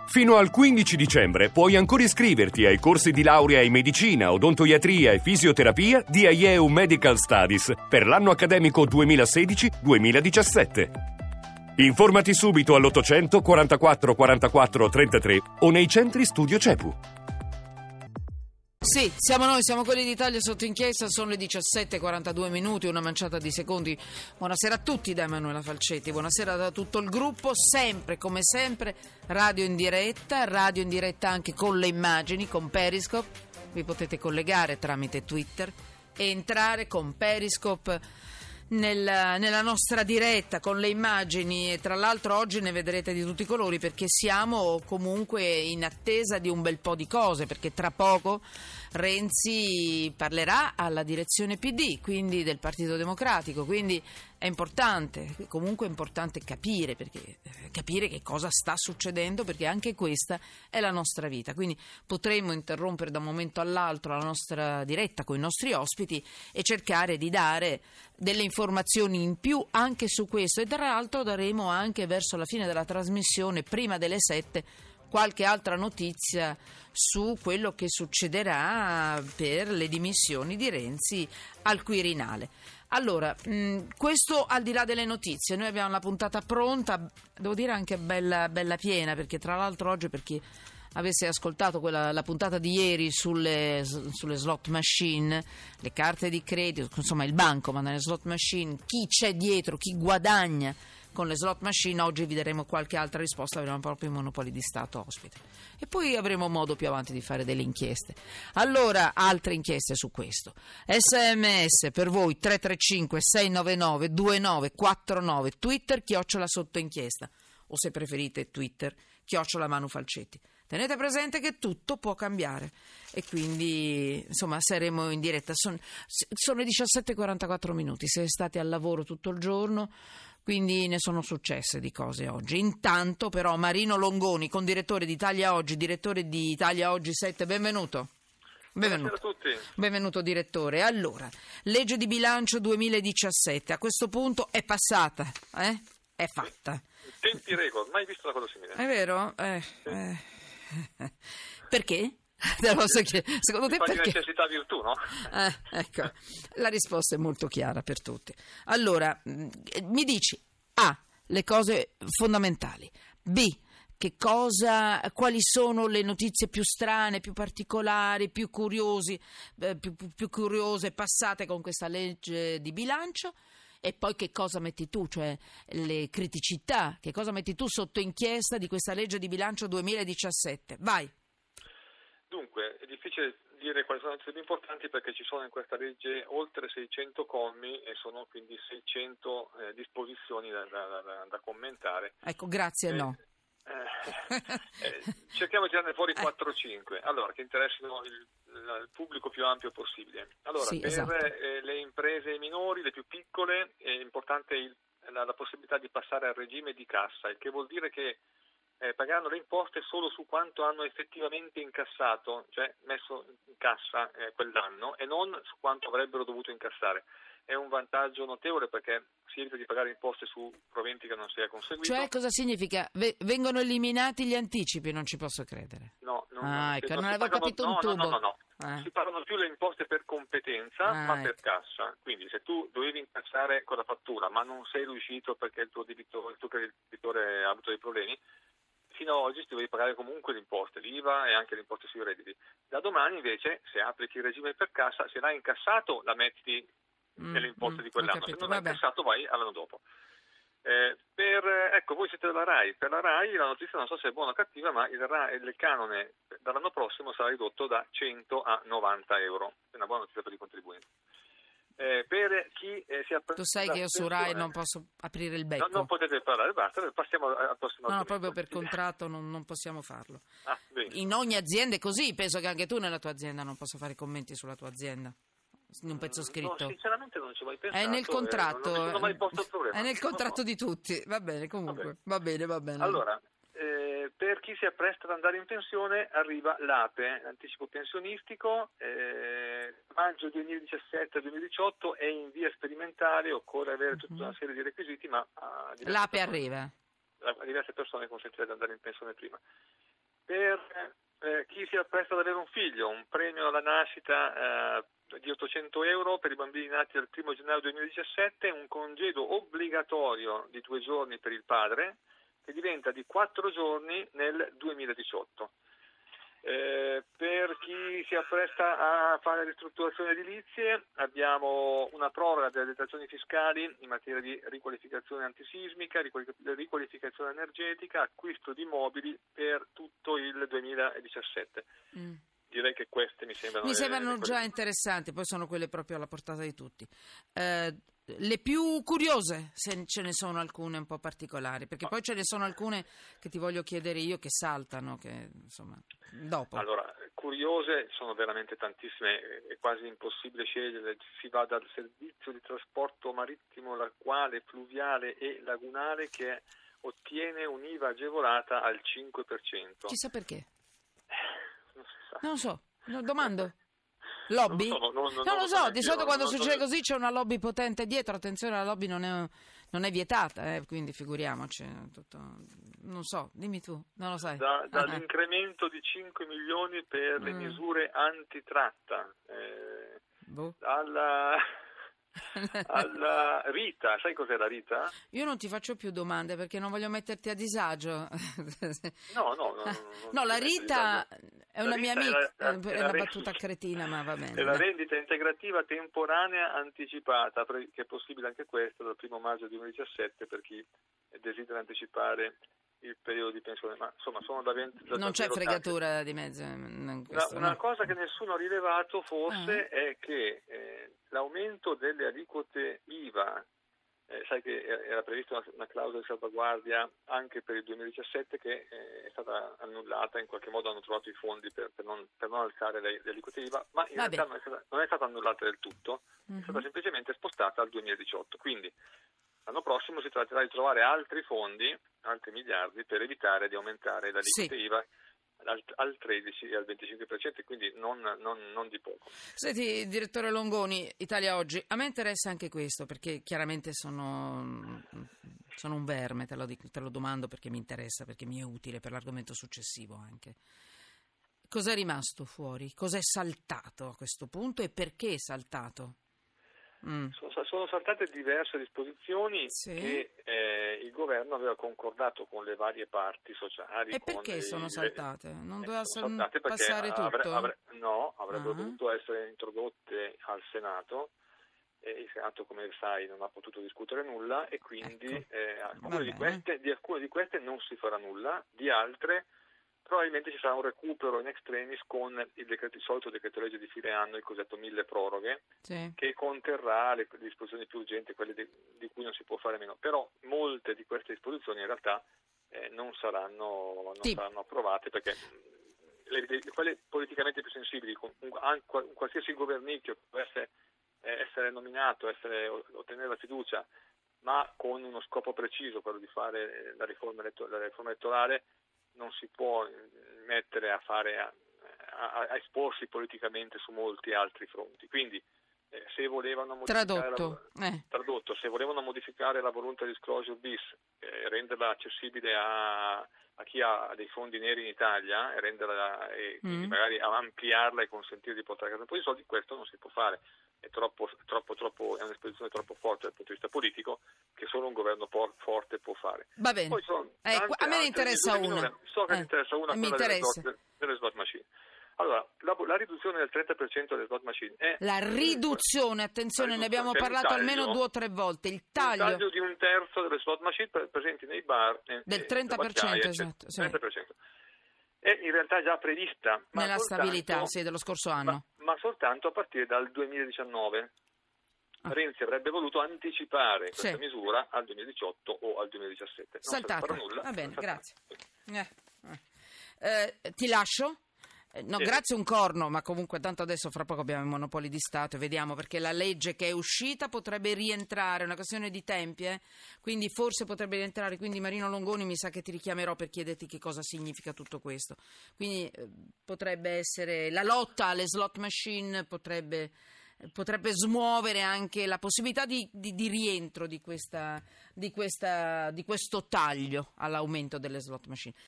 Fino al 15 dicembre puoi ancora iscriverti ai corsi di laurea in medicina, odontoiatria e fisioterapia di IEU Medical Studies per l'anno accademico 2016-2017. Informati subito all'800 44 44 33 o nei centri studio CEPU. Sì, siamo noi, siamo quelli d'Italia sotto inchiesta, sono le 17:42 minuti, una manciata di secondi. Buonasera a tutti da Emanuela Falcetti, buonasera da tutto il gruppo, sempre come sempre radio in diretta anche con le immagini, con Periscope, vi potete collegare tramite Twitter e entrare con Periscope nella nostra diretta con le immagini, e tra l'altro oggi ne vedrete di tutti i colori perché siamo comunque in attesa di un bel po' di cose, perché tra poco Renzi parlerà alla direzione PD, quindi del Partito Democratico, quindi è importante, comunque è importante capire che cosa sta succedendo, perché anche questa è la nostra vita, quindi potremmo interrompere da un momento all'altro la nostra diretta con i nostri ospiti e cercare di dare delle informazioni in più anche su questo, e tra l'altro daremo anche verso la fine della trasmissione, prima delle 7, qualche altra notizia su quello che succederà per le dimissioni di Renzi al Quirinale. Allora, questo al di là delle notizie, noi abbiamo la puntata pronta, devo dire anche bella piena, perché tra l'altro oggi, per chi avesse ascoltato la puntata di ieri sulle slot machine, le carte di credito, insomma il banco, ma nelle slot machine, chi c'è dietro, chi guadagna con le slot machine, oggi vi daremo qualche altra risposta, avremo proprio i Monopoli di Stato ospite. E poi avremo modo più avanti di fare delle inchieste. Allora, altre inchieste su questo. SMS per voi 335 699 2949, Twitter @sottoinchiesta, o se preferite Twitter @Manu Falcetti. Tenete presente che tutto può cambiare e quindi insomma saremo in diretta. Sono le 17:44 minuti, siete stati al lavoro tutto il giorno, quindi ne sono successe di cose oggi. Intanto però Marino Longoni, condirettore di Italia Oggi, direttore di Italia Oggi 7, benvenuto. Buonasera a tutti. Benvenuto direttore. Allora, legge di bilancio 2017, a questo punto è passata, è fatta. Tempi record, mai visto una cosa simile. È vero? Perché? Secondo te perché? Necessità virtù, no? Ecco, la risposta è molto chiara per tutti. Allora, mi dici A, le cose fondamentali, B, quali sono le notizie più strane, più particolari, più curiose passate con questa legge di bilancio, e poi che cosa metti tu, cioè le criticità, che cosa metti tu sotto inchiesta di questa legge di bilancio 2017. Vai. Dunque, è difficile dire quali sono le notizie più importanti perché ci sono in questa legge oltre 600 commi e sono quindi 600 disposizioni da commentare. Ecco, grazie, no. Cerchiamo di tirarne fuori 4-5, allora, che interessino il pubblico più ampio possibile. Allora, sì, per esatto. le imprese minori, le più piccole, è importante la possibilità di passare al regime di cassa, il che vuol dire che pagheranno le imposte solo su quanto hanno effettivamente incassato, cioè messo in cassa quell'anno, e non su quanto avrebbero dovuto incassare. È un vantaggio notevole perché si evita di pagare imposte su proventi che non si è conseguito. Cioè, cosa significa? Vengono eliminati gli anticipi? Non ci posso credere. No, non avevo capito un tubo. No. Si pagano più le imposte per competenza, ma per cassa. Quindi se tu dovevi incassare con la fattura, ma non sei riuscito perché il tuo creditore ha avuto dei problemi, fino ad oggi ti dovevi pagare comunque le imposte, l'IVA e anche le imposte sui redditi. Da domani invece, se applichi il regime per cassa, se l'hai incassato la metti nelle imposte di quell'anno, se non l'hai incassato vai all'anno dopo. Ecco, voi siete della RAI. Per la RAI la notizia non so se è buona o cattiva, ma il canone dall'anno prossimo sarà ridotto da 100 a 90 euro. È una buona notizia per i contribuenti. Per chi si tu sai che io su RAI non posso aprire il becco. Non potete parlare, basta, passiamo al prossimo. No, proprio per contratto non possiamo farlo. Bene. In ogni azienda è così, penso che anche tu nella tua azienda non possa fare commenti sulla tua azienda in un pezzo scritto. No, sinceramente non ci ho mai pensato. È nel contratto. Non mi sono mai posto il problema. È nel contratto di tutti. Va bene, comunque. Va bene. Allora, per chi si appresta ad andare in pensione arriva l'APE, l'anticipo pensionistico, maggio 2017-2018 è in via sperimentale, occorre avere tutta una serie di requisiti, ma l'APE arriva. A diverse persone consentirà di andare in pensione prima. Per chi si appresta ad avere un figlio, un premio alla nascita di 800 euro per i bambini nati dal 1 gennaio 2017, un congedo obbligatorio di 2 giorni per il padre, che diventa di 4 giorni nel 2018. Per chi si appresta a fare ristrutturazioni edilizie abbiamo una proroga delle detrazioni fiscali in materia di riqualificazione antisismica, riqualificazione energetica, acquisto di mobili per tutto il 2017. Direi che queste mi sembrano già interessanti, poi sono quelle proprio alla portata di tutti. Le più curiose, se ce ne sono alcune un po' particolari, perché poi ce ne sono alcune che ti voglio chiedere io che saltano, che insomma dopo. Allora, curiose sono veramente tantissime, è quasi impossibile scegliere. Si va dal servizio di trasporto marittimo, lacuale, fluviale e lagunare che ottiene un'IVA agevolata al 5%. Chissà perché? Non si sa. Non lo so, domando. Lobby? Non lo so, di solito quando succede così c'è una lobby potente dietro. Attenzione, la lobby non è vietata, quindi figuriamoci. Non so, dimmi tu, non lo sai. Dall'incremento di 5 milioni per le misure antitratta, alla Rita, sai cos'è la Rita? Io non ti faccio più domande perché non voglio metterti a disagio. No, la Rita è una mia amica, è una battuta cretina, ma va bene. È la rendita integrativa temporanea anticipata, che è possibile anche questo dal 1 maggio 2017 per chi desidera anticipare il periodo di pensione, ma insomma sono non c'è fregatura di mezzo. Una cosa che nessuno ha rilevato forse è che l'aumento delle aliquote IVA, sai che era prevista una clausola di salvaguardia anche per il 2017 che è stata annullata, in qualche modo hanno trovato i fondi per non alzare le aliquote IVA, ma in realtà non è stata annullata del tutto, è stata semplicemente spostata al 2018, quindi l'anno prossimo si tratterà di trovare altri fondi, altri miliardi, per evitare di aumentare l'aliquota IVA al 13 e al 25%, quindi non di poco. Senti, direttore Longoni, Italia Oggi, a me interessa anche questo, perché chiaramente sono un verme, te lo domando perché mi interessa, perché mi è utile per l'argomento successivo anche. Cos'è rimasto fuori? Cos'è saltato a questo punto e perché è saltato? Sono saltate diverse disposizioni che il governo aveva concordato con le varie parti sociali. E perché sono saltate? Non doveva passare tutto? Avrebbero dovuto essere introdotte al Senato. Il Senato, come sai, non ha potuto discutere nulla e quindi di alcune di queste non si farà nulla, di altre probabilmente ci sarà un recupero in extremis con il solito decreto legge di fine anno, il cosiddetto mille proroghe, che conterrà le disposizioni più urgenti, quelle di cui non si può fare meno. Però molte di queste disposizioni in realtà non saranno approvate perché quelle politicamente più sensibili, un qualsiasi governicchio può essere nominato, ottenere la fiducia, ma con uno scopo preciso, quello di fare la riforma elettorale, non si può mettere a esporsi politicamente su molti altri fronti. Quindi se volevano modificare se volevano modificare la voluntary disclosure bis, renderla accessibile a chi ha dei fondi neri in Italia e quindi magari ampliarla e consentire di portare a casa un po' di soldi, questo non si può fare. È troppo, è un'esposizione troppo forte dal punto di vista politico che solo un governo forte può fare. Va bene. Poi a me ne interessa una. So che ne interessa una, quella delle slot machine. Allora, la riduzione del 30% delle slot machine è... La riduzione, attenzione, ne abbiamo parlato almeno 2 o 3 volte. Il taglio di 1/3 delle slot machine presenti nei bar. Del 30%, esatto. 30%. È in realtà già prevista. Nella stabilità, dello scorso anno. Ma soltanto a partire dal 2019. Renzi avrebbe voluto anticipare questa misura al 2018 o al 2017. Non saltata. Se ne farà nulla. Va bene, grazie. Ti lascio? Grazie un corno, ma comunque tanto adesso fra poco abbiamo i monopoli di Stato e vediamo, perché la legge che è uscita potrebbe rientrare, è una questione di tempi, quindi forse potrebbe rientrare, quindi Marino Longoni mi sa che ti richiamerò per chiederti che cosa significa tutto questo. Quindi potrebbe essere la lotta alle slot machine, potrebbe smuovere anche la possibilità di rientro di questo taglio all'aumento delle slot machine.